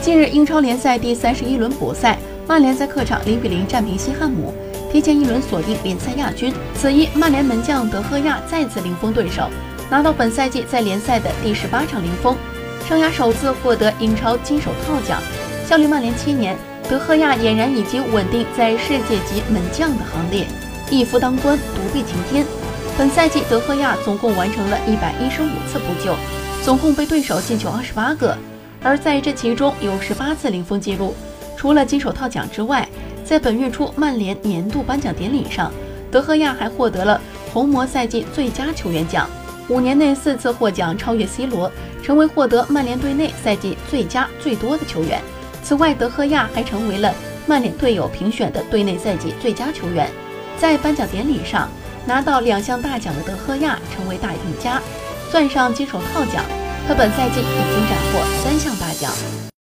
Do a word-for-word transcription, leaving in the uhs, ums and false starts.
近日，英超联赛第三十一轮补赛，曼联在客场零比零战平西汉姆，提前一轮锁定联赛亚军。此役，曼联门将德赫亚再次零封对手，拿到本赛季在联赛的第十八场零封，生涯首次获得英超金手套奖。效力曼联七年，德赫亚俨然已经稳定在世界级门将的行列，一夫当关，独臂擎天。本赛季，德赫亚总共完成了一百一十五次扑救，总共被对手进球二十八个。而在这其中有十八次零封记录。除了金手套奖之外，在本月初曼联年度颁奖典礼上，德赫亚还获得了红魔赛季最佳球员奖，五年内四次获奖，超越 C 罗，成为获得曼联队内赛季最佳最多的球员。此外，德赫亚还成为了曼联队友评选的队内赛季最佳球员。在颁奖典礼上拿到两项大奖的德赫亚成为大赢家，算上金手套奖，他本赛季已经斩获三项大奖。